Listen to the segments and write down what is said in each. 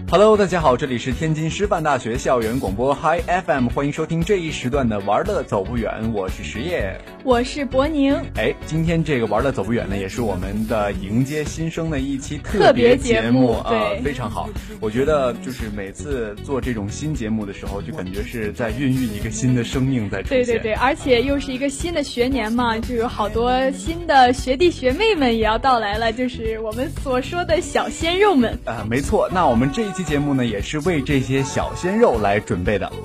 Hello， 大家好，这里是天津师范大学校园广播 Hi FM， 欢迎收听这一时段的玩乐走不远，我是石业， 我是博宁。 今天这个玩乐走不远呢，也是我们的迎接新生的一期特别节目对， 非常好。我觉得就是每次做这种新节目的时候，就感觉是在孕育一个新的生命在出现。 对，而且又是一个新的学年嘛，就有好多新的学弟学妹们也要到来了，就是我们所说的小鲜肉们。 没错，那我们这一期节目呢，也是为这些小鲜肉来准备的。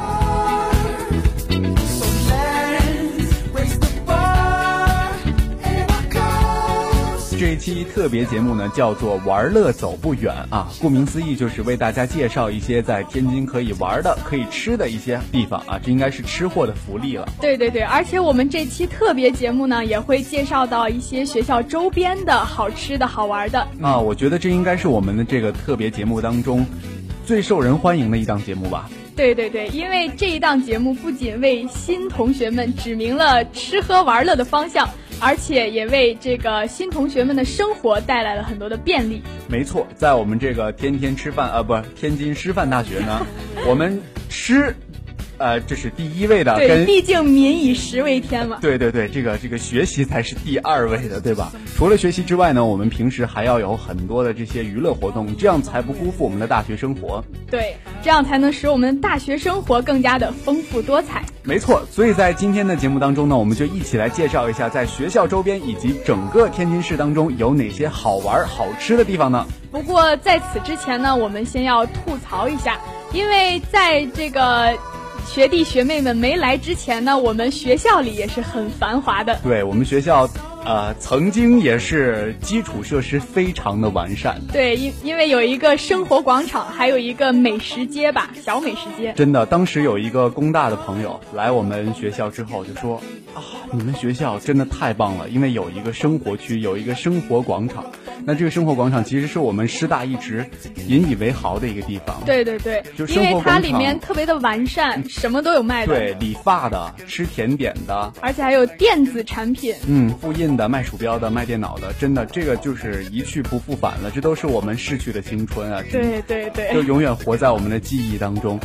这一期特别节目呢，叫做玩乐走不远啊，顾名思义就是为大家介绍一些在天津可以玩的、可以吃的一些地方啊，这应该是吃货的福利了。 对，而且我们这期特别节目呢，也会介绍到一些学校周边的好吃的好玩的啊，我觉得这应该是我们的这个特别节目当中最受人欢迎的一档节目吧。 对，因为这一档节目不仅为新同学们指明了吃喝玩乐的方向，而且也为这个新同学们的生活带来了很多的便利。 没错，在我们这个天津师范大学呢，我们吃这是第一位的， 对，毕竟民以食为天嘛。 对，这个学习才是第二位的，对吧？除了学习之外呢，我们平时还要有很多的这些娱乐活动，这样才不辜负我们的大学生活。 对，这样才能使我们的大学生活更加的丰富多彩。 没错，所以在今天的节目当中呢，我们就一起来介绍一下在学校周边以及整个天津市当中有哪些好玩好吃的地方呢？ 不过在此之前呢，我们先要吐槽一下，因为在这个学弟学妹们没来之前呢，我们学校里也是很繁华的。 对，我们学校曾经也是基础设施非常的完善。 对，因为有一个生活广场，还有一个美食街吧，小美食街。 真的，当时有一个工大的朋友来我们学校之后就说你们学校真的太棒了，因为有一个生活区，有一个生活广场。那这个生活广场其实是我们师大一直引以为豪的一个地方。 对， 就因为它里面特别的完善，什么都有卖的。 对，理发的，吃甜点的， 而且还有电子产品， 复印的，卖鼠标的，卖电脑的，真的这个就是一去不复返了，这都是我们逝去的青春啊。 对， 就永远活在我们的记忆当中。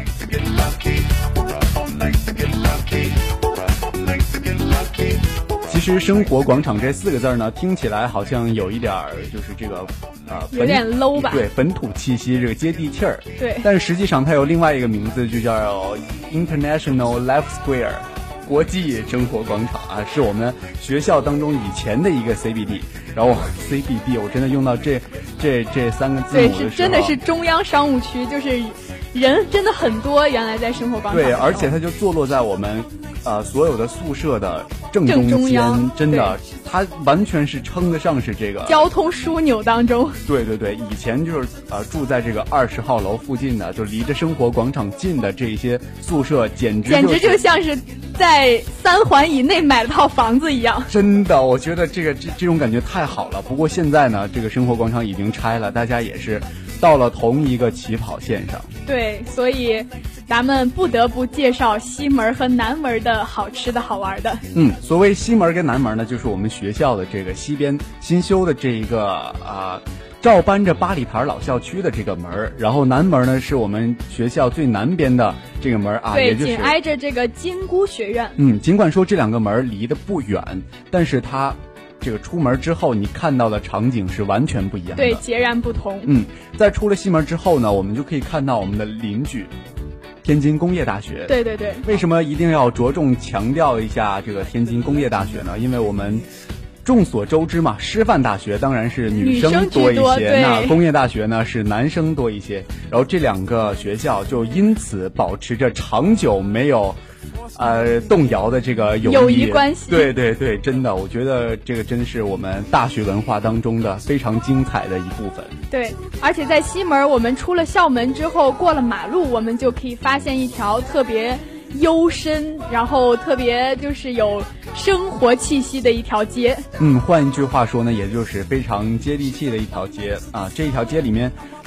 其实生活广场这4个字呢，听起来好像有一点就是这个有点 low 吧。 对，本土气息，这个接地气儿。 对， 但是实际上它有另外一个名字，就叫 International Life Square， 国际生活广场啊，是我们学校当中以前的一个 CBD。然后 CBD 我真的用到这3个字母的时候， 对，是真的是中央商务区，就是人真的很多，原来在生活广场。 对，而且它就坐落在我们所有的宿舍的正中间，真的，它完全是称得上是这个交通枢纽当中。 对，以前就是住在这个20号楼附近的，就离着生活广场近的这些宿舍，简直就像是在3环以内买了套房子一样。 真的，我觉得这种感觉太好了。不过现在呢，这个生活广场已经拆了，大家也是到了同一个起跑线上。 对，所以咱们不得不介绍西门和南门的好吃的好玩的。 所谓西门跟南门呢，就是我们学校的这个西边新修的这一个照搬着八里台老校区的这个门，然后南门呢是我们学校最南边的这个门啊， 对， 也就是紧挨着这个金菇学院。 尽管说这两个门离得不远，但是它这个出门之后你看到的场景是完全不一样的。 对，截然不同。 在出了西门之后呢，我们就可以看到我们的邻居天津工业大学。 对， 为什么一定要着重强调一下这个天津工业大学呢？因为我们众所周知嘛，师范大学当然是女生多一些，那工业大学呢是男生多一些，然后这两个学校就因此保持着长久没有动摇的这个友谊关系。 对，真的，我觉得这个真是我们大学文化当中的非常精彩的一部分。 对，而且在西门，我们出了校门之后，过了马路，我们就可以发现一条特别幽深，然后特别就是有生活气息的一条街。 换一句话说呢，也就是非常接地气的一条街啊。这一条街里面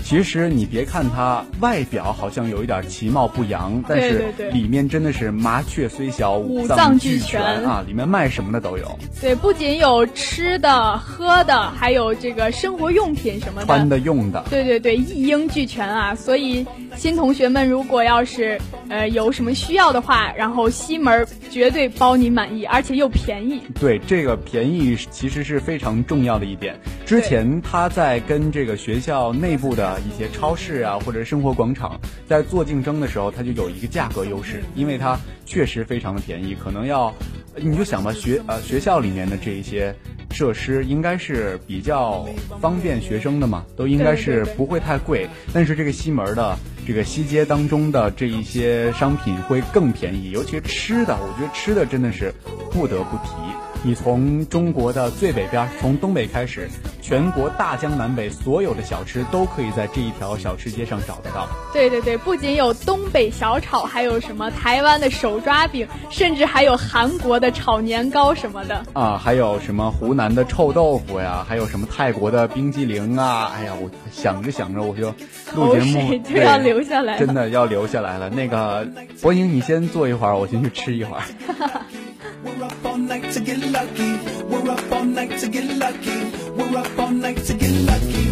其实你别看它外表好像有一点其貌不扬，但是里面真的是麻雀虽小五脏俱全啊，里面卖什么的都有。 对，不仅有吃的喝的，还有这个生活用品什么的， 穿的用的， 对，一应俱全啊。所以新同学们如果要是有什么需要的话，然后西门绝对包你满意，而且又便宜。 对，这个便宜其实是非常重要的一点。之前他在跟这个学校内部的一些超市啊或者生活广场在做竞争的时候，他就有一个价格优势，因为它确实非常的便宜，可能你就想吧，学校里面的这一些设施应该是比较方便学生的嘛，都应该是不会太贵，但是这个西门的这个西街当中的这一些商品会更便宜，尤其吃的，我觉得吃的真的是不得不提。你从中国的最北边，从东北开始，全国大江南北所有的小吃都可以在这一条小吃街上找得到。 对，不仅有东北小炒，还有什么台湾的手抓饼，甚至还有韩国的炒年糕什么的啊，还有什么湖南的臭豆腐呀，还有什么泰国的冰激凌啊。哎呀，我想着我就录节目就要留下来了， 真的要留下来了。那个博宁，你先坐一会儿，我先去吃一会儿。We're up all night to get lucky. We're up all night to get lucky. We're up all night to get lucky.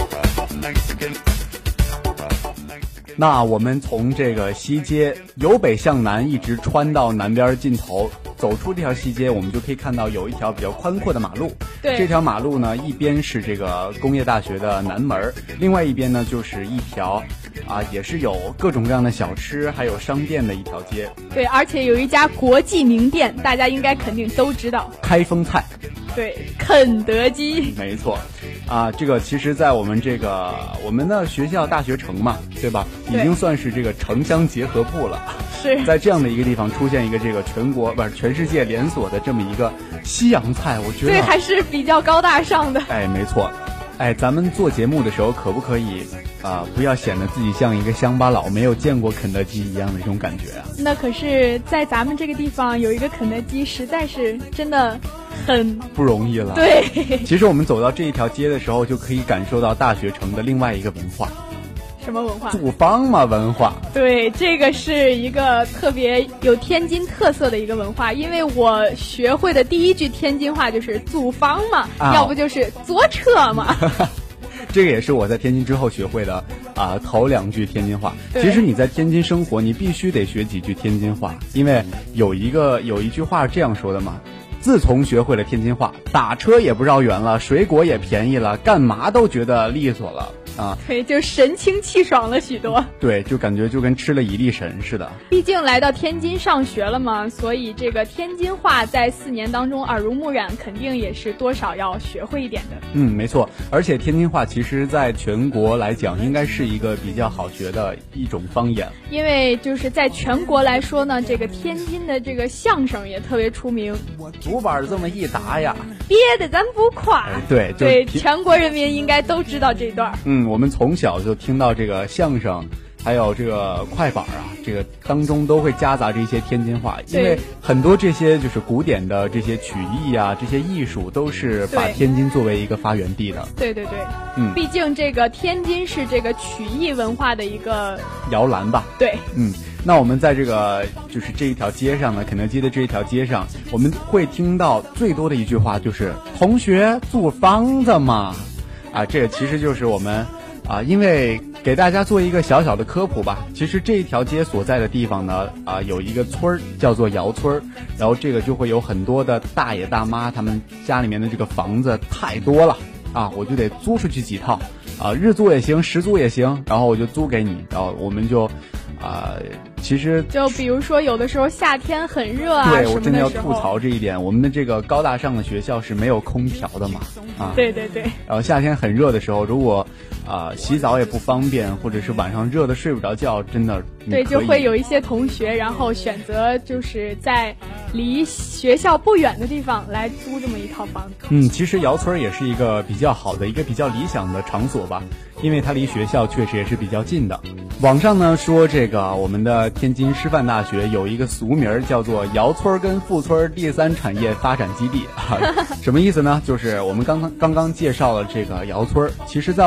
那我们从这个西街由北向南一直穿到南边尽头，走出这条西街，我们就可以看到有一条比较宽阔的马路。 对， 这条马路呢，一边是这个工业大学的南门，另外一边呢就是一条也是有各种各样的小吃还有商店的一条街。 对，而且有一家国际名店，大家应该肯定都知道， 开封菜。 对，肯德基。 没错这个其实在我们的学校大学城嘛，对吧，已经算是这个城乡结合部了。 是在这样的一个地方出现一个这个全世界连锁的这么一个西洋菜，我觉得对还是比较高大上的。 没错。咱们做节目的时候可不可以不要显得自己像一个乡巴佬没有见过肯德基一样的这种感觉啊？ 那可是在咱们这个地方有一个肯德基，实在是真的很不容易了。 对， 其实我们走到这一条街的时候，就可以感受到大学城的另外一个文化。 什么文化？ 祖坊嘛文化。对， 这个是一个特别有天津特色的一个文化，因为我学会的第一句天津话就是祖坊嘛，要不就是左车嘛。 这个也是我在天津之后学会的头2句天津话。其实你在天津生活，你必须得学几句天津话，因为有一句话是这样说的嘛：自从学会了天津话，打车也不绕远了，水果也便宜了，干嘛都觉得利索了。 对，就神清气爽了许多。 对，就感觉就跟吃了一粒神似的。 毕竟来到天津上学了嘛，所以这个天津话在4年当中耳濡目染，肯定也是多少要学会一点的。 没错。而且天津话其实在全国来讲，应该是一个比较好学的一种方言。 因为就是在全国来说呢，这个天津的这个相声也特别出名。 竹板这么一打呀， 憋得咱不夸。 对， 全国人民应该都知道这段。 我们从小就听到这个相声，还有这个快板这个当中都会夹杂着一些天津话，因为很多这些就是古典的这些曲艺这些艺术都是把天津作为一个发源地的。 对，毕竟这个天津是这个曲艺文化的一个摇篮吧。 对， 那我们在这个就是这一条街上呢，肯德基的这一条街上，我们会听到最多的一句话就是同学租房子嘛。这个其实就是我们因为给大家做一个小小的科普吧，其实这一条街所在的地方呢有一个村叫做窑村，然后这个就会有很多的大爷大妈，他们家里面的这个房子太多了我就得租出去几套日租也行，时租也行，然后我就租给你，然后我们就其实就比如说有的时候夏天很热对，我真的要吐槽这一点，我们的这个高大上的学校是没有空调的嘛对， 然后夏天很热的时候，如果洗澡也不方便，或者是晚上热的睡不着觉，真的对，就会有一些同学然后选择就是在离学校不远的地方来租这么一套房子。 其实窑村也是一个比较好的一个比较理想的场所吧，因为它离学校确实也是比较近的。网上呢说这个我们的天津师范大学有一个俗名叫做窑村跟富村第3产业发展基地什么意思呢？就是我们刚刚介绍了这个窑村，其实在我们学校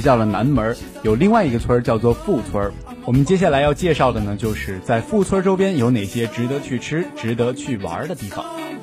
校的南门有另外一个村叫做富村。我们接下来要介绍的呢，就是在富村周边有哪些值得去吃、值得去玩的地方。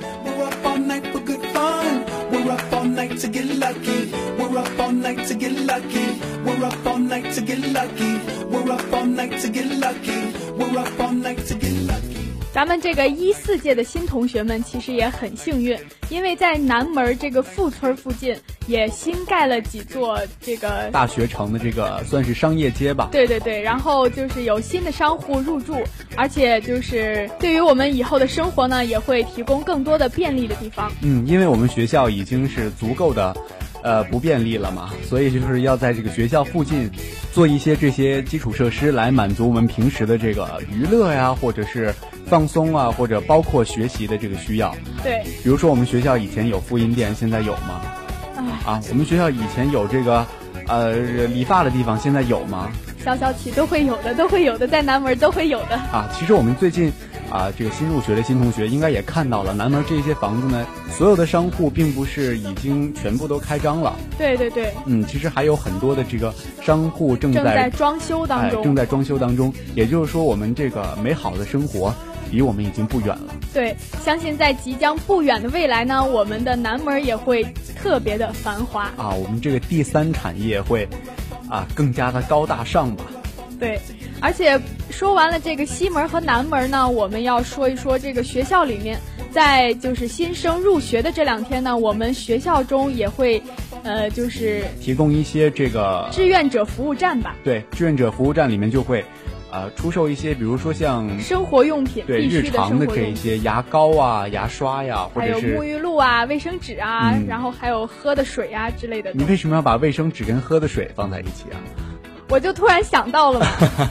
咱们这个14届的新同学们其实也很幸运，因为在南门这个富村附近也新盖了几座这个大学城的这个算是商业街吧。 对对对，然后就是有新的商户入驻，而且就是对于我们以后的生活呢，也会提供更多的便利的地方。 因为我们学校已经是足够的不便利了嘛，所以就是要在这个学校附近做一些这些基础设施来满足我们平时的这个娱乐呀，或者是放松啊，或者包括学习的这个需要。 对， 比如说我们学校以前有复印店，现在有吗？我们学校以前有这个理发的地方，现在有吗？ 小企都会有的，在南门都会有的其实我们最近这个新入学的新同学应该也看到了，南门这些房子呢，所有的商户并不是已经全部都开张了。 对对对， 其实还有很多的这个商户正在装修当中， 也就是说我们这个美好的生活离我们已经不远了。 对，相信在即将不远的未来呢，我们的南门也会特别的繁华我们这个第三产业会更加的高大上吧。 对，而且说完了这个西门和南门呢，我们要说一说这个学校里面，在就是新生入学的这2天呢，我们学校中也会就是提供一些这个志愿者服务站吧。 对，志愿者服务站里面就会出售一些，比如说像生活用品， 对，日常的这一些牙膏啊、牙刷呀，或者是还有沐浴露啊、卫生纸啊，然后还有喝的水啊之类的。 你为什么要把卫生纸跟喝的水放在一起啊？ 我就突然想到了嘛。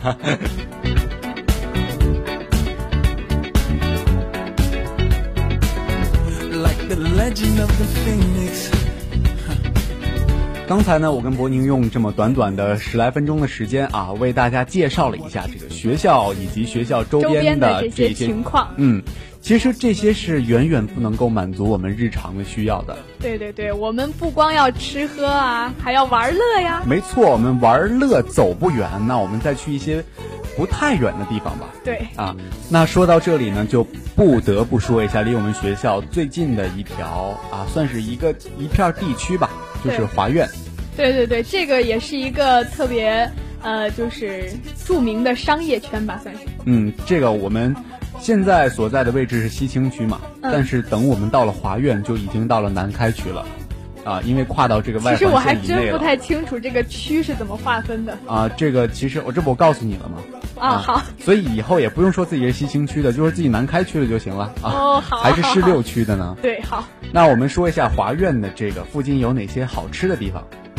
刚才呢，我跟博宁用这么短短的10来分钟的时间为大家介绍了一下这个学校以及学校周边的这些情况。 其实这些是远远不能够满足我们日常的需要的。 对对对，我们不光要吃喝还要玩乐呀。 没错，我们玩乐走不远，那我们再去一些不太远的地方吧。 对那说到这里呢，就不得不说一下离我们学校最近的一条算是一片地区吧，就是华苑。 对对对，这个也是一个特别就是著名的商业圈吧，算是。 这个我们现在所在的位置是西青区嘛，但是等我们到了华苑就已经到了南开区了因为跨到这个外环线以内了。其实我还真不太清楚这个区是怎么划分的这个其实这不我告诉你了吗？ 好， 所以以后也不用说自己是西青区的，就是自己南开区的就行了好， 还是市6区的呢？ 对，好。 那我们说一下华苑的这个附近有哪些好吃的地方。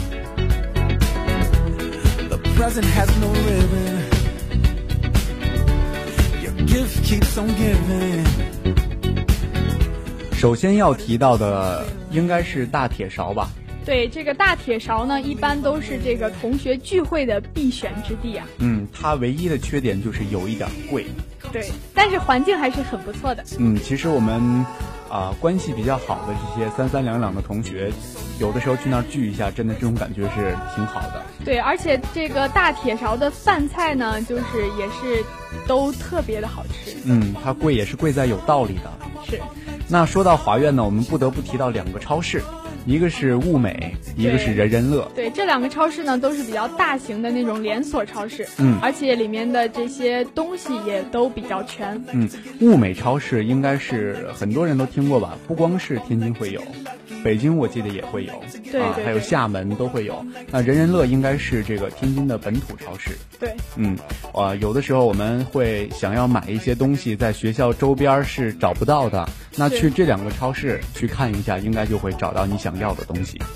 首先要提到的应该是大铁勺吧。 对，这个大铁勺呢，一般都是这个同学聚会的必选之地它唯一的缺点就是有一点贵。 对，但是环境还是很不错的。 其实我们关系比较好的这些三三两两的同学，有的时候去那儿聚一下，真的这种感觉是挺好的。 对，而且这个大铁勺的饭菜呢，就是也是都特别的好吃。 它贵也是贵在有道理的。 是。 那说到华苑呢，我们不得不提到2个超市，一个是物美，一个是人人乐。 对，这2个超市呢都是比较大型的那种连锁超市，而且里面的这些东西也都比较全。 物美超市应该是很多人都听过吧？不光是天津会有，北京我记得也会有， 对， 还有厦门都会有。那人人乐应该是这个天津的本土超市。 对， 有的时候我们会想要买一些东西，在学校周边是找不到的，那去这2个超市去看一下，应该就会找到你想要的东西。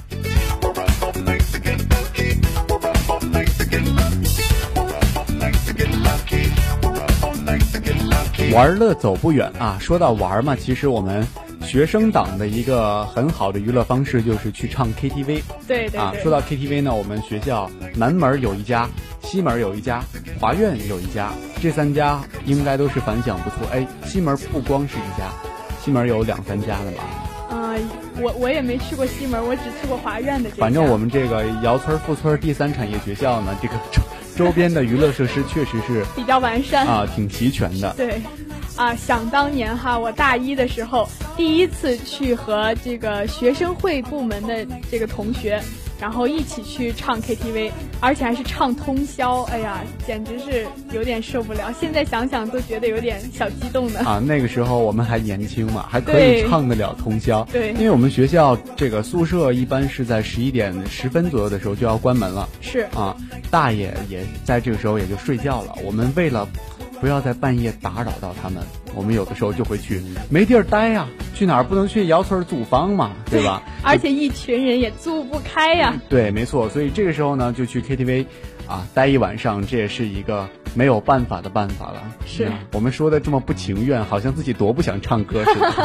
玩乐走不远说到玩嘛，其实我们学生党的一个很好的娱乐方式就是去唱 KTV。 对， 说到 KTV 呢，我们学校南门有一家，西门有一家，华苑有一家，这3家应该都是反响不错。西门不光是一家，西门有2、3家的吧？ 我也没去过西门，我只去过华苑的这家。 反正我们这个窑村富村第3产业学校呢，这个周边的娱乐设施确实是比较完善啊，挺齐全的。 对，啊，想当年哈，我大一的时候第一次去和这个学生会部门的这个同学，然后一起去唱 KTV， 而且还是唱通宵，哎呀，简直是有点受不了。现在想想都觉得有点小激动的啊。那个时候我们还年轻嘛，还可以唱得了通宵。 对， 因为我们学校这个宿舍一般是在11点10分左右的时候就要关门了。 是啊，大爷也在这个时候也就睡觉了。我们为了不要在半夜打扰到他们，我们有的时候就会去，没地儿待呀，去哪儿不能去窑村租房嘛，对吧？ 而且一群人也租不开呀。 对，没错，所以这个时候呢，就去 KTV 啊，待一晚上，这也是一个没有办法的办法了。 是， 我们说的这么不情愿，好像自己多不想唱歌似的。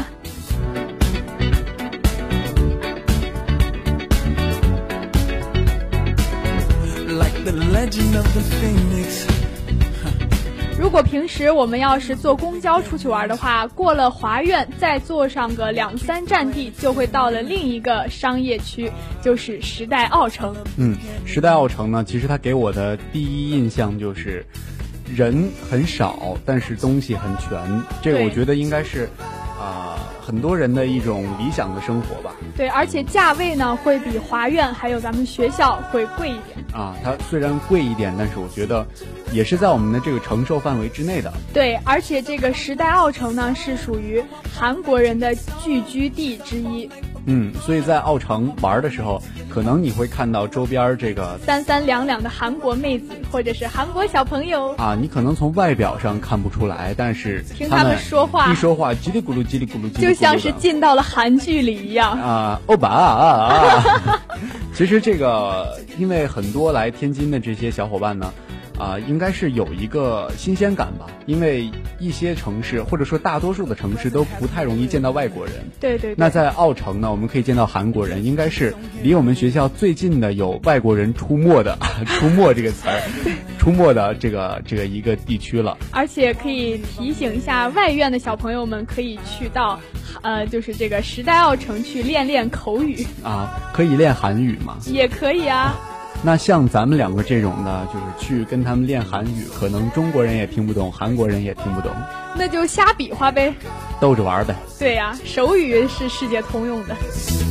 如果平时我们要是坐公交出去玩的话，过了华苑再坐上个2-3站地，就会到了另一个商业区，就是时代奥城。 时代奥城呢，其实它给我的第一印象就是人很少，但是东西很全。这个我觉得应该是很多人的一种理想的生活吧。 对，而且价位呢会比华苑还有咱们学校会贵一点啊。它虽然贵一点，但是我觉得也是在我们的这个承受范围之内的。 对，而且这个时代奥城呢是属于韩国人的聚居地之一。 所以在奥城玩的时候，可能你会看到周边这个 3-3两两的韩国妹子或者是韩国小朋友啊，你可能从外表上看不出来，但是听他们说话， 一说话叽里咕噜叽里咕噜， 就像是进到了韩剧里一样啊，欧巴啊！其实这个，因为很多来天津的这些小伙伴呢。应该是有一个新鲜感吧，因为一些城市或者说大多数的城市都不太容易见到外国人。 对对。 那在奥城呢，我们可以见到韩国人，应该是离我们学校最近的有外国人出没的出没这个词儿，出没的这个一个地区了。 而且可以提醒一下外院的小朋友们，可以去到就是这个时代奥城去练练口语啊，可以练韩语吗？ 也可以啊。 那像咱们两个这种的，就是去跟他们练韩语，可能中国人也听不懂，韩国人也听不懂， 那就瞎比划呗， 逗着玩呗。 对呀，手语是世界通用的。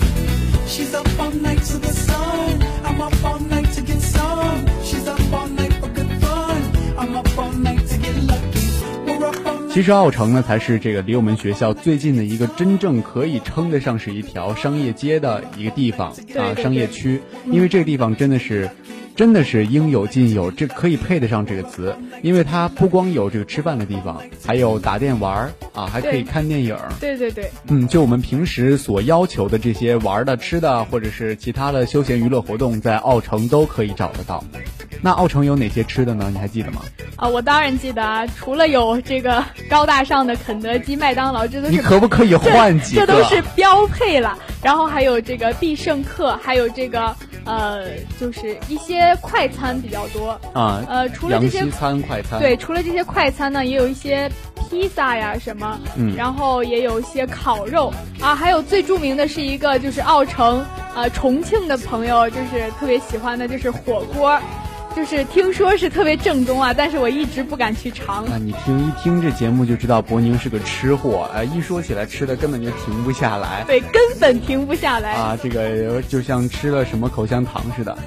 其实奥城呢，才是这个离我们学校最近的一个真正可以称得上是一条商业街的一个地方啊，商业区。因为这个地方真的是应有尽有，这可以配得上这个词。因为它不光有这个吃饭的地方，还有打电玩啊，还可以看电影。 对对对。 就我们平时所要求的这些玩的、吃的，或者是其他的休闲娱乐活动，在奥城都可以找得到。那奥城有哪些吃的呢？你还记得吗？ 我当然记得啊，除了有这个高大上的肯德基、麦当劳，这都是你可不可以换几个？ 这都是标配了。然后还有这个必胜客，还有这个就是一些快餐比较多啊。 除了这些洋西餐、快餐， 对，除了这些快餐呢，也有一些披萨呀什么，然后也有一些烤肉啊，还有最著名的是一个就是奥城重庆的朋友就是特别喜欢的就是火锅。就是听说是特别正宗啊，但是我一直不敢去尝。 你一听这节目就知道博宁是个吃货，一说起来吃的根本就停不下来。 对，根本停不下来啊！这个就像吃了什么口香糖似的。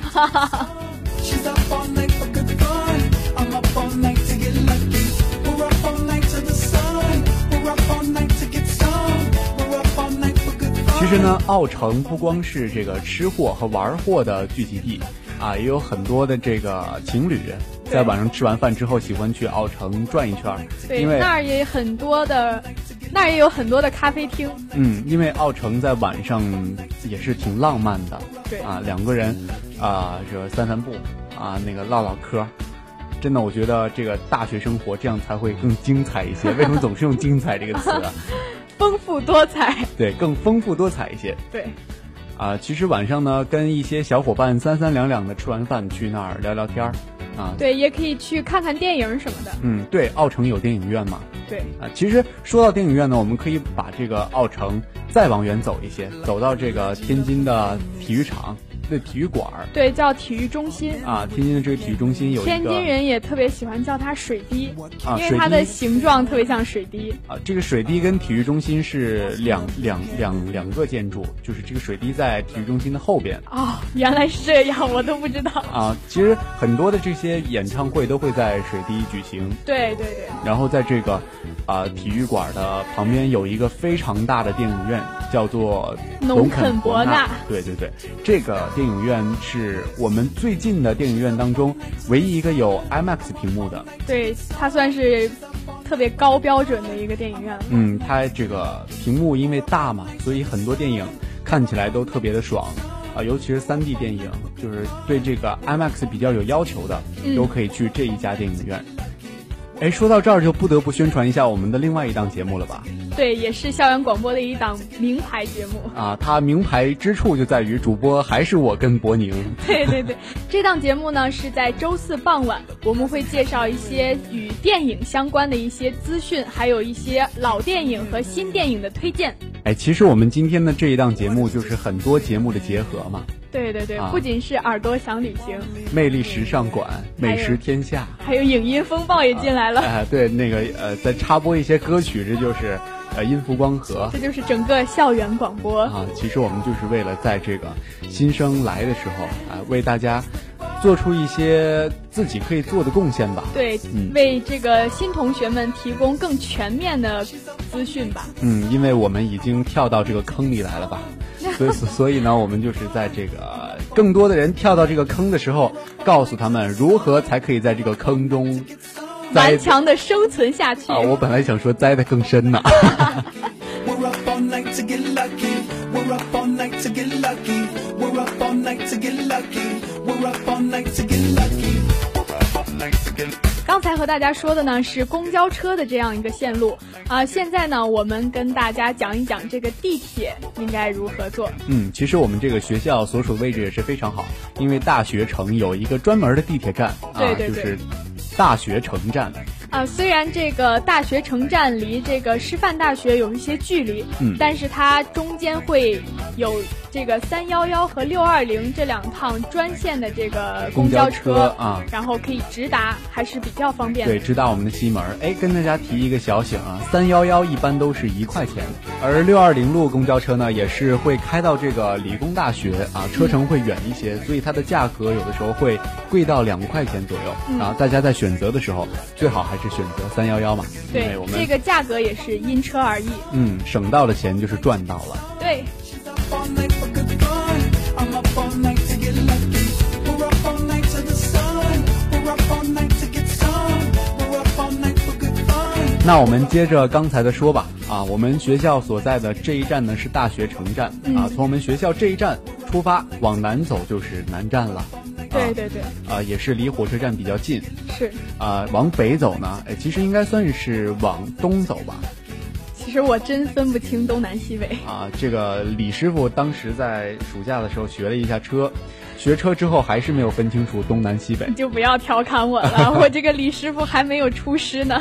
其实呢，奥城不光是这个吃货和玩货的聚集地。也有很多的这个情侣在晚上吃完饭之后喜欢去奥城转一圈， 对， 因为那儿也有很多的咖啡厅。 因为奥城在晚上也是挺浪漫的。 对两个人这散步那个唠嗑，真的我觉得这个大学生活这样才会更精彩一些。为什么总是用精彩这个词啊？ 丰富多彩。 对，更丰富多彩一些。 对。 其实晚上呢，跟一些小伙伴3-3两两的吃完饭去那儿聊聊天啊。 对，也可以去看看电影什么的。 对，奥城有电影院吗？ 对其实说到电影院呢，我们可以把这个奥城再往远走一些，走到这个天津的体育场。对，体育馆对，叫体育中心啊。天津的这个体育中心有一个， 天津人也特别喜欢叫它水滴因为它的形状特别像水滴这个水滴跟体育中心是两个建筑，就是这个水滴在体育中心的后边。 原来是这样，我都不知道其实很多的这些演唱会都会在水滴举行。 对。 然后在这个体育馆的旁边有一个非常大的电影院，叫做农肯伯纳。 对，这个电影院是我们最近的电影院当中唯一一个有 IMAX 屏幕的。对， 它算是特别高标准的一个电影院。 它这个屏幕因为大嘛，所以很多电影看起来都特别的爽尤其是 3D 电影，就是对这个 IMAX 比较有要求的，都可以去这一家电影院。说到这儿就不得不宣传一下我们的另外一档节目了吧？ 对，也是校园广播的一档名牌节目它名牌之处就在于主播还是我跟博宁。 对，这档节目呢是在周4傍晚，我们会介绍一些与电影相关的一些资讯，还有一些老电影和新电影的推荐。 其实我们今天的这一档节目就是很多节目的结合嘛。 对，不仅是耳朵想旅行， 魅力时尚馆，美食天下， 还有影音风暴也进来了。 对，那个再插播一些歌曲，这就是音符光合， 这就是整个校园广播其实我们就是为了在这个新生来的时候为大家做出一些自己可以做的贡献吧。 对，为这个新同学们提供更全面的资讯吧。 因为我们已经跳到这个坑里来了吧。所以呢，我们就是在这个更多的人跳到这个坑的时候，告诉他们如何才可以在这个坑中顽强的生存下去我本来想说栽得更深呢。 刚才和大家说的呢是公交车的这样一个线路现在呢我们跟大家讲一讲这个地铁应该如何做。 其实我们这个学校所属的位置也是非常好，因为大学城有一个专门的地铁站对， 就是大学城站虽然这个大学城站离这个师范大学有一些距离但是它中间会有这个311和620这2趟专线的这个公交车然后可以直达，还是比较方便的。 对，直达我们的西门。跟大家提一个小醒311一般都是1块钱，而620路公交车呢也是会开到这个理工大学车程会远一些，所以它的价格有的时候会贵到2块钱左右大家在选择的时候最好还是选择311嘛。 对，我们这个价格也是因车而异。 省到的钱就是赚到了。 对。 那我们接着刚才的说吧我们学校所在的这一站呢是大学城站从我们学校这一站出发往南走就是南站了。 对， 也是离火车站比较近。 是往北走呢其实应该算是往东走吧。 其实我真分不清东南西北这个李师傅当时在暑假的时候学了一下车，学车之后还是没有分清楚东南西北。 你就不要调侃我了我这个李师傅还没有出师呢。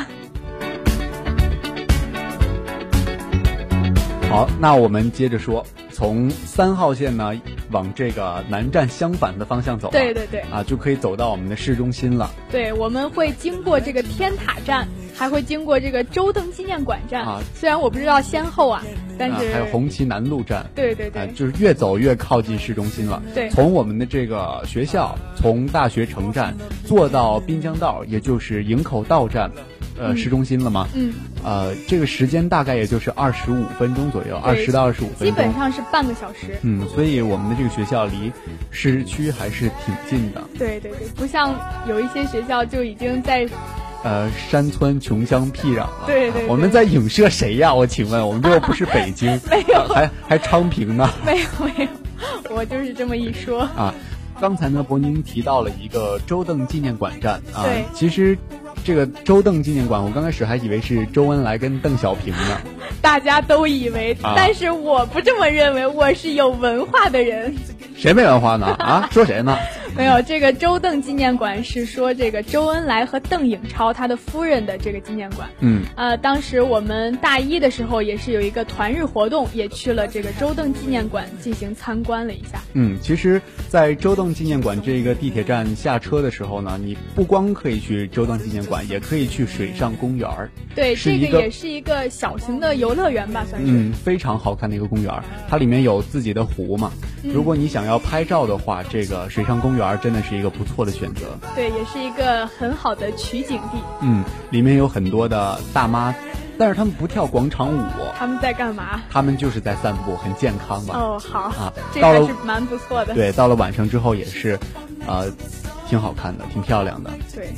好，那我们接着说，从3号线呢往这个南站相反的方向走对就可以走到我们的市中心了。 对，我们会经过这个天塔站，还会经过这个周邓纪念馆站虽然我不知道先后但是还有红旗南路站。 对， 就是越走越靠近市中心了。 对， 从我们的这个学校从大学城站坐到滨江道，也就是营口道站市中心了吗？这个时间大概也就是25分钟左右，20到25分钟， 基本上是半个小时。 所以我们的这个学校离市区还是挺近的。 对，不像有一些学校就已经在山村穷乡僻壤了。 对， 我们在影射谁呀？我请问，我们这又不是北京， 没有， 还昌平呢？ 没有，我就是这么一说刚才呢，博宁提到了一个周邓纪念馆站对， 其实这个周邓纪念馆，我刚开始还以为是周恩来跟邓小平呢， 大家都以为但是我不这么认为，我是有文化的人。 谁没文化呢？啊，说谁呢？ 没有，这个周邓纪念馆是说这个周恩来和邓颖超他的夫人的这个纪念馆。当时我们大一的时候也是有一个团日活动，也去了这个周邓纪念馆进行参观了一下。 其实在周邓纪念馆这个地铁站下车的时候呢，你不光可以去周邓纪念馆，也可以去水上公园。 对，这个也是一个小型的游乐园吧，算是。 非常好看的一个公园，它里面有自己的湖嘛。如果你想要拍照的话，这个水上公园真的是一个不错的选择。 对，也是一个很好的取景地。 里面有很多的大妈，但是他们不跳广场舞。 他们在干嘛？ 他们就是在散步，很健康吧。 哦，好啊，这还是蛮不错的。 对，到了晚上之后也是，挺好看的，挺漂亮的。 对。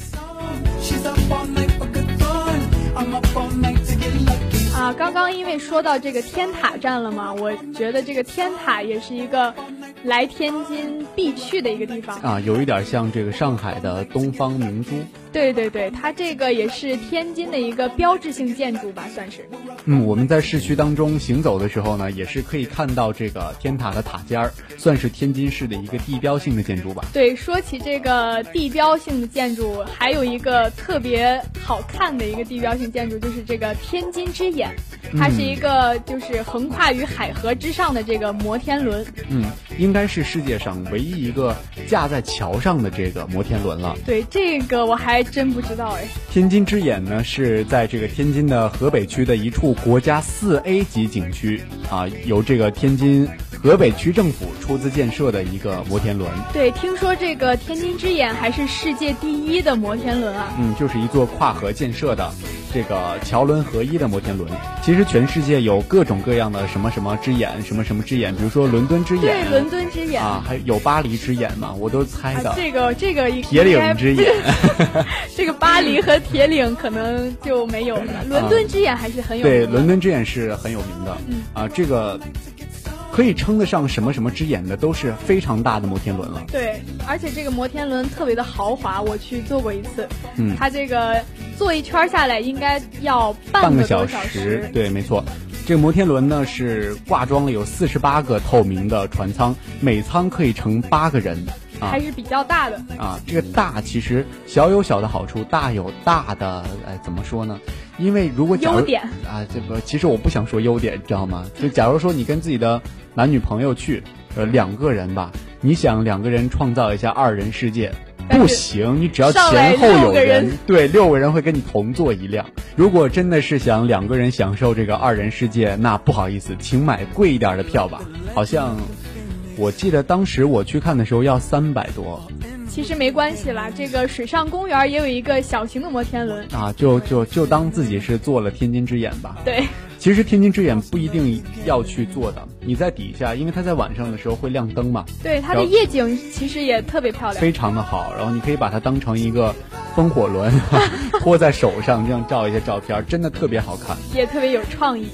刚刚因为说到这个天塔站了嘛，我觉得这个天塔也是一个来天津必去的一个地方有一点像这个上海的东方明珠。 对对对，它这个也是天津的一个标志性建筑吧，算是。 我们在市区当中行走的时候呢，也是可以看到这个天塔的塔尖儿，算是天津市的一个地标性的建筑吧。 对，说起这个地标性的建筑，还有一个特别好看的一个地标性建筑，就是这个天津之眼。它是一个就是横跨于海河之上的这个摩天轮。 应该是世界上唯一一个架在桥上的这个摩天轮了。 对，这个我还真不知道哎。 天津之眼呢是在这个天津的河北区的一处国家4A 级景区由这个天津河北区政府出资建设的一个摩天轮。 对，听说这个天津之眼还是世界第1的摩天轮啊。 就是一座跨河建设的这个桥轮合一的摩天轮。其实全世界有各种各样的什么什么之眼，什么什么之眼，比如说伦敦之眼。 对，伦敦之眼还有巴黎之眼嘛，我都猜的。 这个铁岭之眼。 这个巴黎和铁岭可能就没有了，伦敦之眼还是很有名的。 对，伦敦之眼是很有名的。这个可以称得上什么什么之眼的都是非常大的摩天轮了。 对，而且这个摩天轮特别的豪华，我去坐过一次。它这个坐一圈下来应该要半个小时。 对，没错。这个摩天轮呢是挂装了有48个透明的船舱，每舱可以乘8个人。 还是比较大的。 这个大其实小有小的好处，大有大的怎么说呢？因为如果优点其实我不想说优点，你知道吗？就假如说你跟自己的男女朋友去，2个人吧，你想2个人创造一下2人世界，不行，你只要前后有人，对，6个人会跟你同坐一辆。如果真的是想2个人享受这个2人世界，那不好意思，请买贵一点的票吧，好像我记得当时我去看的时候要300多。 其实没关系啦，这个水上公园也有一个小型的摩天轮就当自己是做了天津之眼吧。 对， 其实天津之眼不一定要去做的，你在底下，因为它在晚上的时候会亮灯嘛。 对，它的夜景其实也特别漂亮， 非常的好。然后你可以把它当成一个风火轮托在手上，这样照一些照片，真的特别好看， 也特别有创意。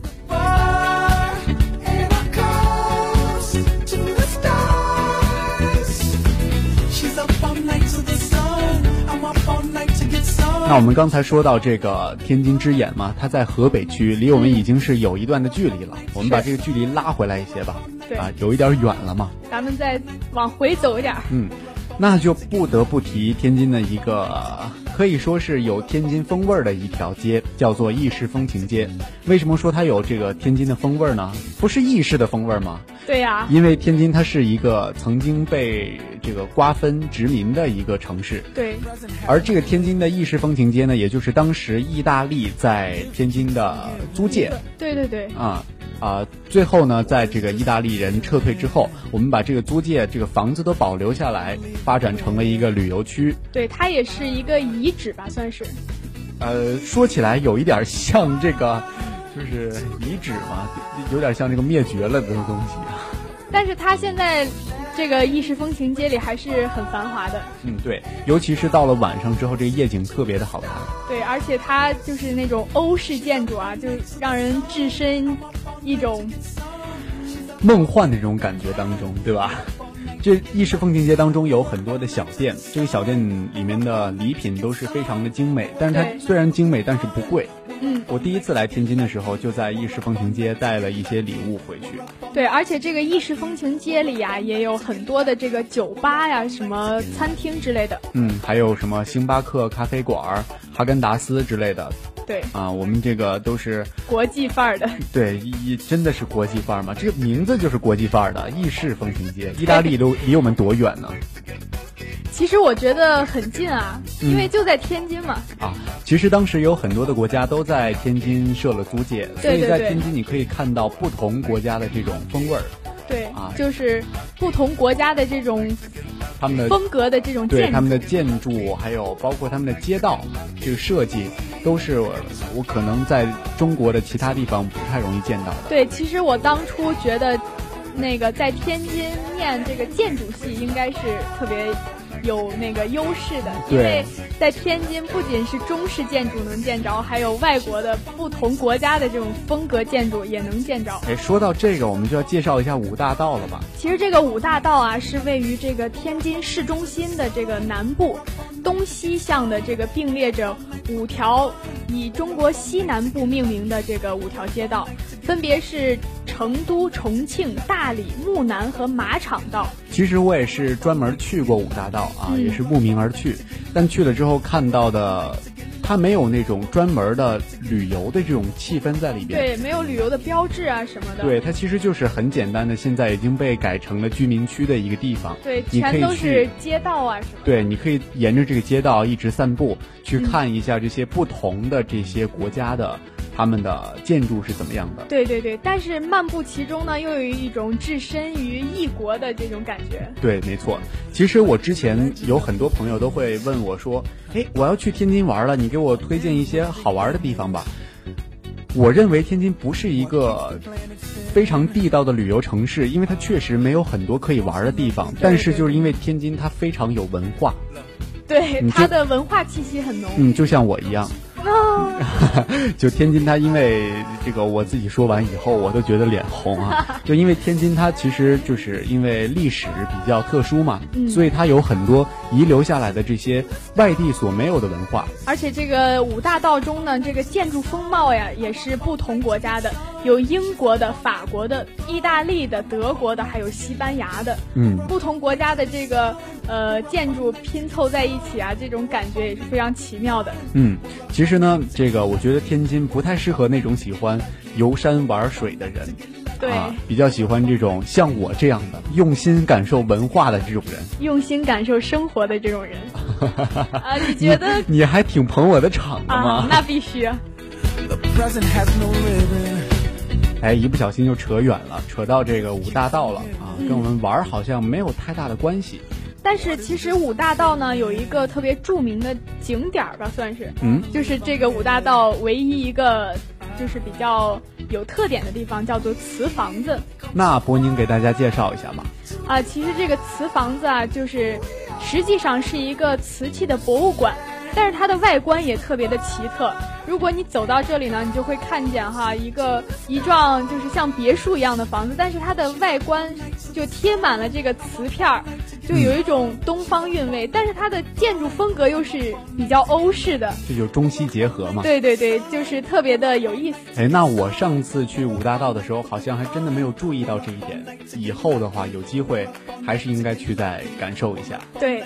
那我们刚才说到这个天津之眼嘛，它在河北区，离我们已经是有一段的距离了。我们把这个距离拉回来一些吧。 对， 有一点远了嘛。 咱们再往回走一点。 那就不得不提天津的一个可以说是有天津风味的一条街，叫做意式风情街。为什么说它有这个天津的风味呢？不是意式的风味吗？ 对呀， 因为天津它是一个曾经被这个瓜分殖民的一个城市。 对， 而这个天津的意式风情街呢，也就是当时意大利在天津的租界。 对对对。 最后呢，在这个意大利人撤退之后，我们把这个租界这个房子都保留下来，发展成了一个旅游区。对， 它也是一个遗址吧，算是。 说起来有一点像这个，就是遗址嘛，有点像这个灭绝了的东西啊。 但是它现在这个意式风情街里还是很繁华的。 对，尤其是到了晚上之后，这个夜景特别的好看。 对，而且它就是那种欧式建筑啊，就让人置身一种梦幻的这种感觉当中，对吧？这意式风情街当中有很多的小店，这个小店里面的礼品都是非常的精美，但是它虽然精美，但是不贵。 我第一次来天津的时候，就在意式风情街带了一些礼物回去。 对，而且这个意式风情街里呀，也有很多的这个酒吧呀、什么餐厅之类的。 还有什么星巴克咖啡馆、哈根达斯之类的。 对啊，我们这个都是国际范儿的。 对，真的是国际范儿吗？这个名字就是国际范儿的意式风情街。意大利都离我们多远呢？ 其实我觉得很近啊，因为就在天津嘛。 其实当时有很多的国家都在天津设了租界，所以在天津你可以看到不同国家的这种风味儿。 对啊，就是不同国家的这种他们的风格的这种建筑， 对他们的建筑，还有包括他们的街道这个设计，都是我可能在中国的其他地方不太容易见到的。 对，其实我当初觉得那个在天津念这个建筑系应该是特别有那个优势的，因为在天津不仅是中式建筑能见着，还有外国的不同国家的这种风格建筑也能见着。 说到这个，我们就要介绍一下五大道了吧？ 其实这个五大道啊，是位于这个天津市中心的这个南部，东西向的这个并列着5条以中国西南部命名的这个5条街道，分别是成都、重庆、大理、木南和马场道。 其实我也是专门去过五大道啊，也是慕名而去，但去了之后看到的，它没有那种专门的旅游的这种气氛在里边。 对，没有旅游的标志啊什么的。 对，它其实就是很简单的，现在已经被改成了居民区的一个地方。 对，全都是街道啊什么的。 对，你可以沿着这个街道一直散步，去看一下这些不同的这些国家的他们的建筑是怎么样的。 对对对，但是漫步其中呢，又有一种置身于异国的这种感觉。 对，没错。其实我之前有很多朋友都会问我说，我要去天津玩了，你给我推荐一些好玩的地方吧。我认为天津不是一个非常地道的旅游城市，因为它确实没有很多可以玩的地方，但是就是因为天津它非常有文化。 对，它的文化气息很浓。 就像我一样。就天津它因为这个我自己说完以后我都觉得脸红啊，就因为天津它其实就是因为历史比较特殊嘛，所以它有很多遗留下来的这些外地所没有的文化。 而且这个五大道中呢，这个建筑风貌呀也是不同国家的，有英国的、法国的、意大利的、德国的，还有西班牙的。不同国家的这个建筑拼凑在一起啊，这种感觉也是非常奇妙的。 其实呢，这个我觉得天津不太适合那种喜欢游山玩水的人， 对， 比较喜欢这种像我这样的用心感受文化的这种人， 用心感受生活的这种人。你觉得你还挺捧我的场的吗？ 那必须。 一不小心就扯远了，扯到这个五大道了啊，跟我们玩好像没有太大的关系。 但是其实五大道呢有一个特别著名的景点吧，算是，就是这个五大道唯一一个就是比较有特点的地方，叫做瓷房子。 那博宁给大家介绍一下吧。 其实这个瓷房子啊，就是实际上是一个瓷器的博物馆，但是它的外观也特别的奇特。如果你走到这里呢，你就会看见一幢就是像别墅一样的房子，但是它的外观就贴满了这个瓷片儿，就有一种东方韵味，但是它的建筑风格又是比较欧式的， 这就是中西结合嘛。 对对对，就是特别的有意思。 那我上次去五大道的时候好像还真的没有注意到这一点，以后的话有机会还是应该去再感受一下。 对。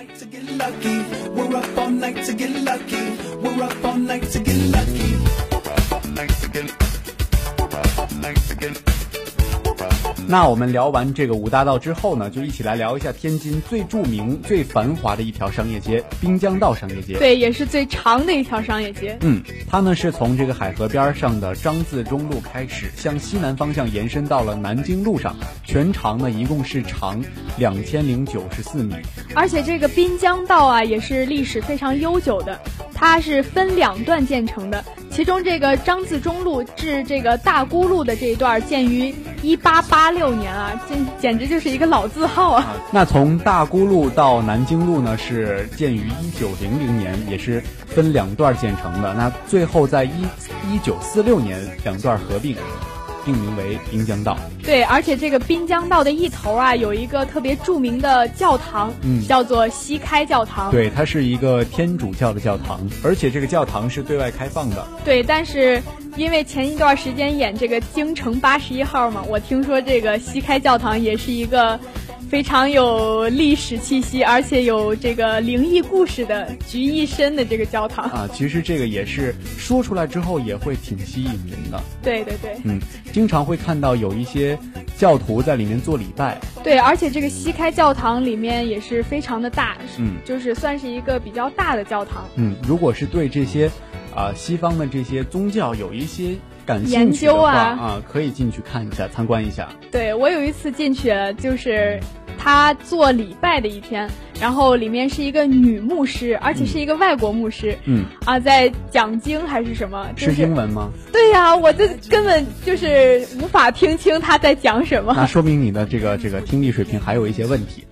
那我们聊完这个五大道之后呢，就一起来聊一下天津最著名最繁华的一条商业街——滨江道商业街。 对，也是最长的一条商业街。 它呢是从这个海河边上的张自忠路开始，向西南方向延伸到了南京路上，全长呢一共是长2094米。 而且这个滨江道啊也是历史非常悠久的，它是分2段建成的，其中这个张自忠路至这个大沽路的这一段建于1886年啊，这简直就是一个老字号啊。 那从大沽路到南京路呢是建于1900年，也是分2段建成的，那最后在1946年2段合并。 定名为滨江道。 对，而且这个滨江道的一头啊，有一个特别著名的教堂，叫做西开教堂。 对，它是一个天主教的教堂，而且这个教堂是对外开放的。 对，但是因为前一段时间演这个京城81号嘛，我听说这个西开教堂也是一个非常有历史气息，而且有这个灵异故事的局一身的这个教堂啊。其实这个也是说出来之后也会挺吸引人的。 对对对， 经常会看到有一些教徒在里面做礼拜。 对，而且这个西开教堂里面也是非常的大，就是算是一个比较大的教堂。 如果是对这些西方的这些宗教有一些感兴趣的话可以进去看一下，参观一下。 对，我有一次进去了，就是他做礼拜的一天，然后里面是一个女牧师，而且是一个外国牧师，在讲经还是什么？ 是英文吗？ 对呀，我就根本就是无法听清他在讲什么。 那说明你的这个听力水平还有一些问题。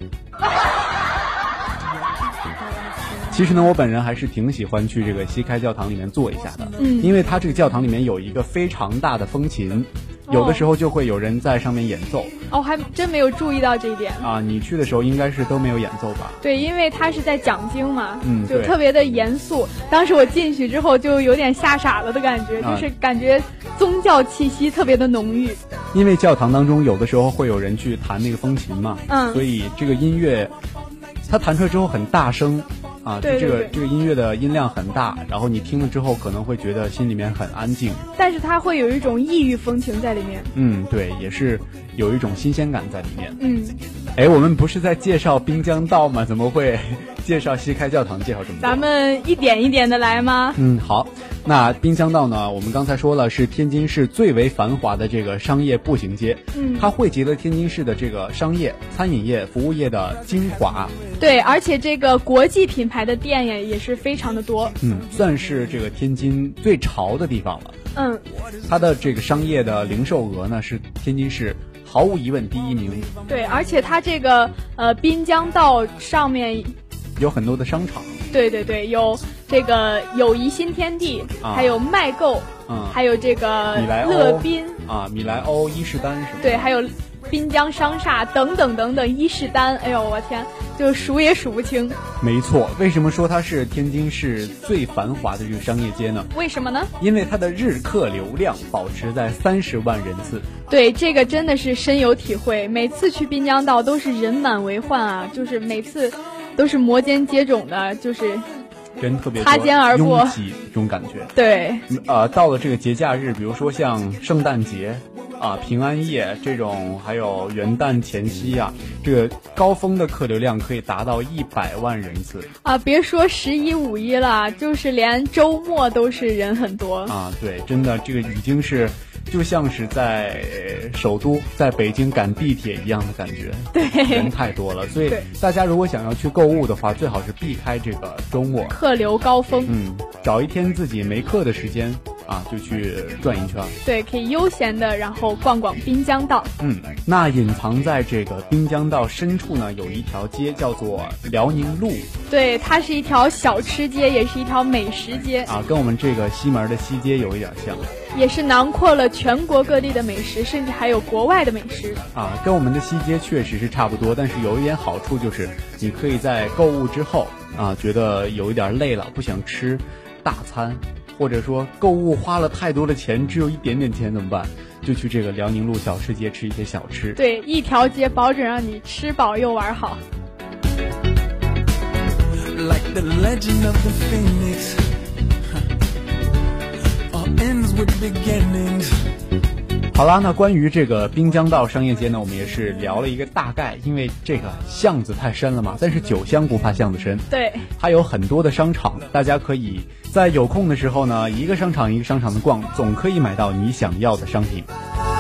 其实呢，我本人还是挺喜欢去这个西开教堂里面坐一下的，因为它这个教堂里面有一个非常大的风琴，有的时候就会有人在上面演奏。 哦，还真没有注意到这一点啊！你去的时候应该是都没有演奏吧？ 对，因为他是在讲经嘛，就特别的严肃。当时我进去之后就有点吓傻了的感觉，就是感觉宗教气息特别的浓郁。 因为教堂当中有的时候会有人去弹那个风琴嘛，所以这个音乐它弹出来之后很大声。 对， 这个音乐的音量很大，然后你听了之后可能会觉得心里面很安静， 但是它会有一种异域风情在里面。 对，也是有一种新鲜感在里面。我们不是在介绍滨江道吗？怎么会介绍西开教堂介绍这么多？ 咱们一点一点的来吗？ 好。那滨江道呢，我们刚才说了是天津市最为繁华的这个商业步行街，它汇集了天津市的这个商业、餐饮业、服务业的精华。 对，而且这个国际品牌的店也是非常的多。 算是这个天津最潮的地方了。它的这个商业的零售额呢是天津市毫无疑问第一名。 对，而且它这个滨江道上面有很多的商场。 对对对，有这个友谊新天地，还有麦购，还有这个乐宾米莱欧、伊势丹什么？ 对，还有滨江商厦等等等等，伊势丹，哎呦我天，就数也数不清。 没错，为什么说它是天津市最繁华的这个商业街呢？ 为什么呢？ 因为它的日客流量保持在30万人次。 对，这个真的是深有体会，每次去滨江道都是人满为患啊，就是每次都是摩肩接踵的，就是人特别多， 擦肩而过， 拥挤这种感觉。 对， 到了这个节假日，比如说像圣诞节平安夜这种，还有元旦前夕这个高峰的客流量可以达到100万人次别说11、5一了，就是连周末都是人很多对，真的这个已经是就像是在首都在北京赶地铁一样的感觉。 对， 人太多了，所以大家如果想要去购物的话，最好是避开这个周末客流高峰。 找一天自己没课的时间就去转一圈。 对，可以悠闲的然后逛逛滨江道。 那隐藏在这个滨江道深处呢，有一条街叫做辽宁路。 对，它是一条小吃街，也是一条美食街跟我们这个西门的西街有一点像， 也是囊括了全国各地的美食，甚至还有国外的美食跟我们的西街确实是差不多，但是有一点好处就是你可以在购物之后觉得有一点累了，不想吃大餐，或者说购物花了太多的钱，只有一点点钱怎么办？就去这个辽宁路小吃街吃一些小吃。 对，一条街保准让你吃饱又玩好。 Like the legend of the phoenix, all ends with beginnings. 好啦，那关于这个滨江道商业街呢，我们也是聊了一个大概，因为这个巷子太深了嘛，但是酒香不怕巷子深。 对， 还有很多的商场，大家可以在有空的时候呢，一个商场一个商场的逛，总可以买到你想要的商品。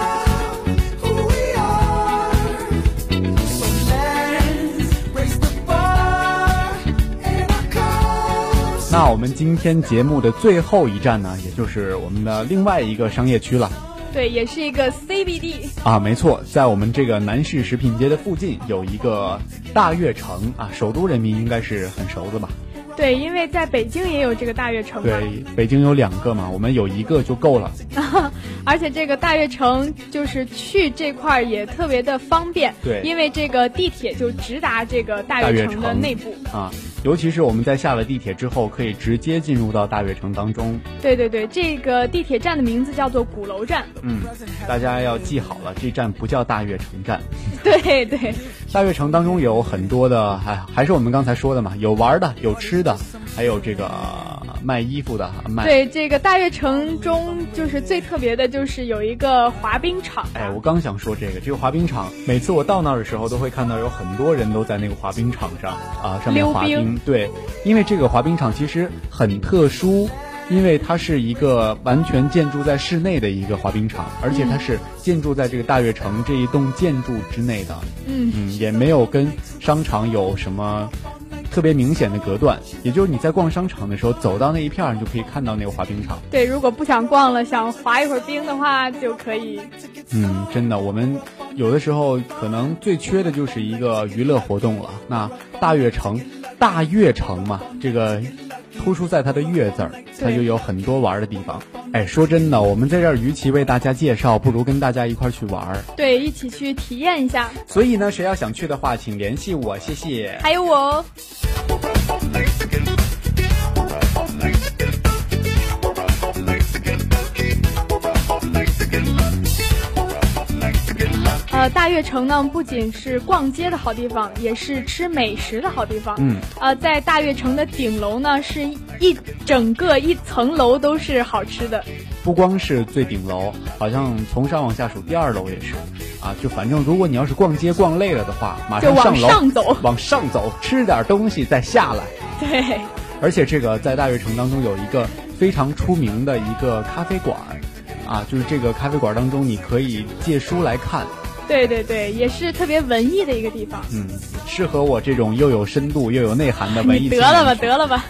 那我们今天节目的最后一站呢，也就是我们的另外一个商业区了。 对，也是一个 CBD 没错，在我们这个南市食品街的附近有一个大悦城首都人民应该是很熟的吧？ 对，因为在北京也有这个大悦城。 对，北京有2个嘛，我们有1个就够了。 而且这个大悦城就是去这块也特别的方便， 对， 因为这个地铁就直达这个大悦城的内部啊，尤其是我们在下了地铁之后，可以直接进入到大悦城当中。 对对对，这个地铁站的名字叫做鼓楼站。 大家要记好了，这站不叫大悦城站。 对对， 大悦城当中有很多的，还是我们刚才说的嘛，有玩的，有吃的，还有这个卖衣服的。 对，这个大悦城中就是最特别的就是有一个滑冰场。 我刚想说这个滑冰场，每次我到那儿的时候都会看到有很多人都在那个滑冰场上上面滑冰。对，因为这个滑冰场其实很特殊，因为它是一个完全建筑在室内的一个滑冰场，而且它是建筑在这个大悦城这一栋建筑之内的。也没有跟商场有什么特别明显的隔断，也就是你在逛商场的时候走到那一片，你就可以看到那个滑冰场。 对，如果不想逛了，想滑一会儿冰的话，就可以。 真的，我们有的时候可能最缺的就是一个娱乐活动了。那大悦城嘛，这个突出在它的悦字儿，它就有很多玩的地方。说真的，我们在这儿与其为大家介绍，不如跟大家一块去玩。 对，一起去体验一下。 所以呢，谁要想去的话，请联系我，谢谢。 还有我。大悦城呢，不仅是逛街的好地方，也是吃美食的好地方。在大悦城的顶楼呢，是整个一层楼都是好吃的。 不光是最顶楼，好像从上往下数，第2楼也是。就反正如果你要是逛街逛累了的话，马上上楼，往上走，吃点东西再下来。 对。 而且这个在大悦城当中有一个非常出名的一个咖啡馆，就是这个咖啡馆当中你可以借书来看。 对对对，也是特别文艺的一个地方。 适合我这种又有深度又有内涵的文艺。 你得了吧。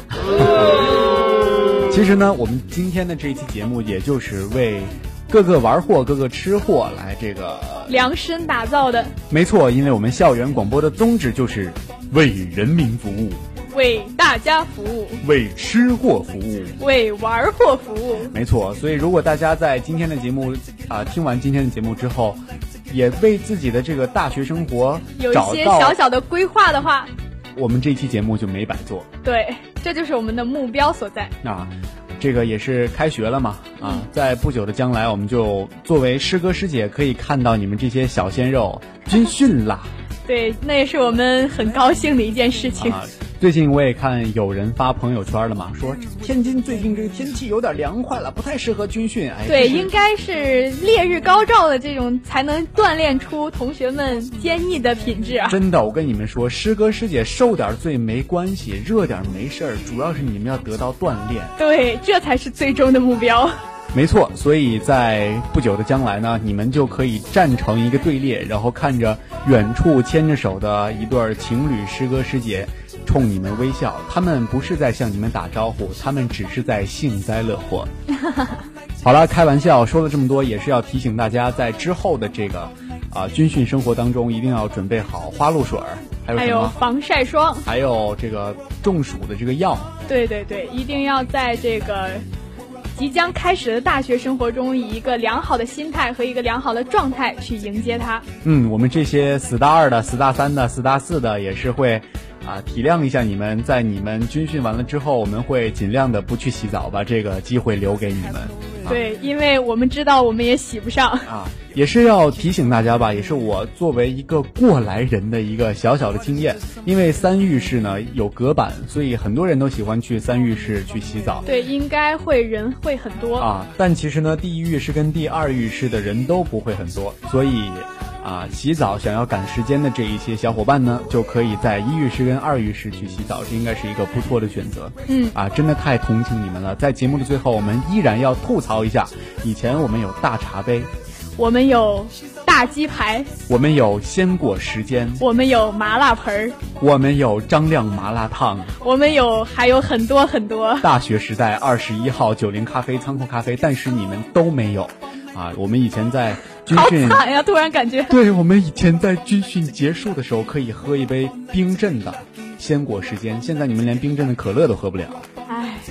其实呢，我们今天的这一期节目，也就是为各个玩货、各个吃货来这个量身打造的。 没错，因为我们校园广播的宗旨就是为人民服务， 为大家服务， 为吃货服务， 为玩货服务。 没错，所以如果大家在今天的节目听完今天的节目之后，也为自己的这个大学生活有一些小小的规划的话， 我们这期节目就没白做。 对，这就是我们的目标所在。 这个也是开学了嘛，在不久的将来，我们就作为师哥师姐可以看到你们这些小鲜肉军训啦。 对，那也是我们很高兴的一件事情。 最近我也看有人发朋友圈了嘛，说天津最近这个天气有点凉快了，不太适合军训。 对，应该是烈日高照的这种才能锻炼出同学们坚毅的品质啊！ 真的，我跟你们说，师哥师姐受点罪没关系，热点没事儿，主要是你们要得到锻炼。 对，这才是最终的目标。 没错，所以在不久的将来呢，你们就可以站成一个队列，然后看着远处牵着手的一对情侣师哥师姐冲你们微笑，他们不是在向你们打招呼，他们只是在幸灾乐祸。好了，开玩笑，说了这么多，也是要提醒大家，在之后的这个军训生活当中，一定要准备好花露水，还有防晒霜， 还有这个中暑的这个药。 对对对，一定要在这个即将开始的大学生活中，以一个良好的心态和一个良好的状态去迎接它。 我们这些死大2的、死大3的、死大4的，也是会体谅一下你们，在你们军训完了之后，我们会尽量的不去洗澡，把这个机会留给你们。 对，因为我们知道我们也洗不上也是要提醒大家吧，也是我作为一个过来人的一个小小的经验。因为3浴室呢有隔板，所以很多人都喜欢去3浴室去洗澡。 对，应该人会很多但其实呢，第1浴室跟第2浴室的人都不会很多，所以洗澡想要赶时间的这一些小伙伴呢，就可以在1浴室跟2浴室去洗澡，这应该是一个不错的选择。真的太同情你们了。在节目的最后，我们依然要吐槽一下，以前我们有大茶杯， 我们有大鸡排， 我们有鲜果时间， 我们有麻辣盆，我们有张亮麻辣烫， 我们还有很多很多。 大学时代21号90咖啡、仓库咖啡，但是你们都没有我们以前在军训， 好惨呀！突然感觉， 对，我们以前在军训结束的时候可以喝一杯冰镇的鲜果时间，现在你们连冰镇的可乐都喝不了。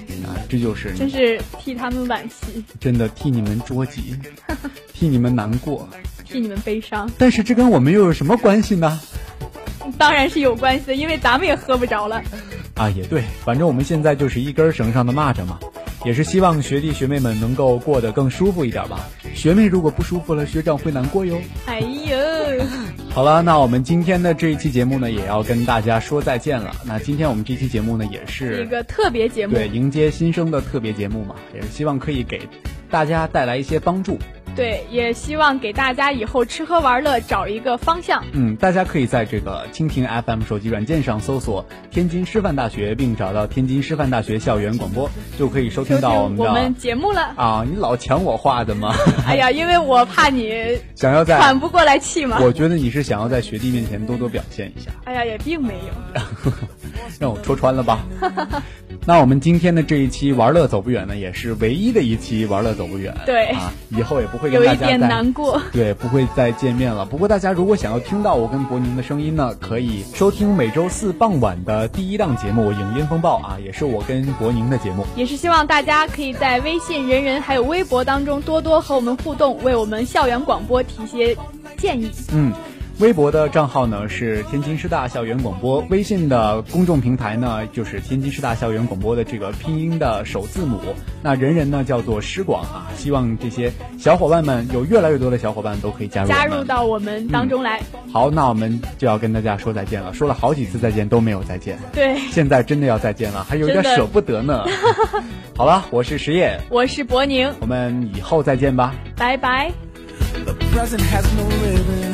这就是真是替他们惋惜， 真的替你们着急，替你们难过， 替你们悲伤。 但是这跟我们又有什么关系呢？ 当然是有关系的，因为咱们也喝不着了。 啊，也对，反正我们现在就是一根绳上的蚂蚱嘛，也是希望学弟学妹们能够过得更舒服一点吧。学妹如果不舒服了，学长会难过哟。 哎呦， 好了，那我们今天的这一期节目呢，也要跟大家说再见了。那今天我们这期节目呢，也是一个特别节目， 对，迎接新生的特别节目嘛，也是希望可以给大家带来一些帮助。 对，也希望给大家以后吃喝玩乐找一个方向。 大家可以在这个蜻蜓 FM 手机软件上搜索天津师范大学，并找到天津师范大学校园广播，就可以收听到我们节目了。 啊，你老抢我话的吗？ 哎呀，因为我怕你想要喘不过来气嘛。 我觉得你是想要在学弟面前多多表现一下。 哎呀，也并没有。 让我戳穿了吧。那我们今天的这一期玩乐走不远呢，也是唯一的一期玩乐走不远。 对啊，以后也不会跟大家有一点难过。 对，不会再见面了。不过大家如果想要听到我跟博宁的声音呢，可以收听每周四傍晚的第一档节目《影音风暴》啊，也是我跟博宁的节目。 也是希望大家可以在微信、人人还有微博当中多多和我们互动，为我们校园广播提些建议。 微博的账号呢是天津师大校园广播，微信的公众平台呢就是天津师大校园广播的这个拼音的首字母。那人人呢叫做师广啊，希望这些小伙伴们有越来越多的小伙伴都可以加入到我们当中来。 好，那我们就要跟大家说再见了，说了好几次再见都没有再见。 对， 现在真的要再见了，还有点舍不得呢。好了，我是石野， 我是博宁， 我们以后再见吧， 拜拜。 The present has no ribbon.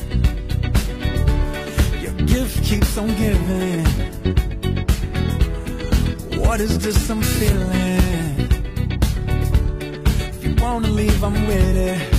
Gift keeps on giving. What is this I'm feeling? If you wanna leave, I'm with it.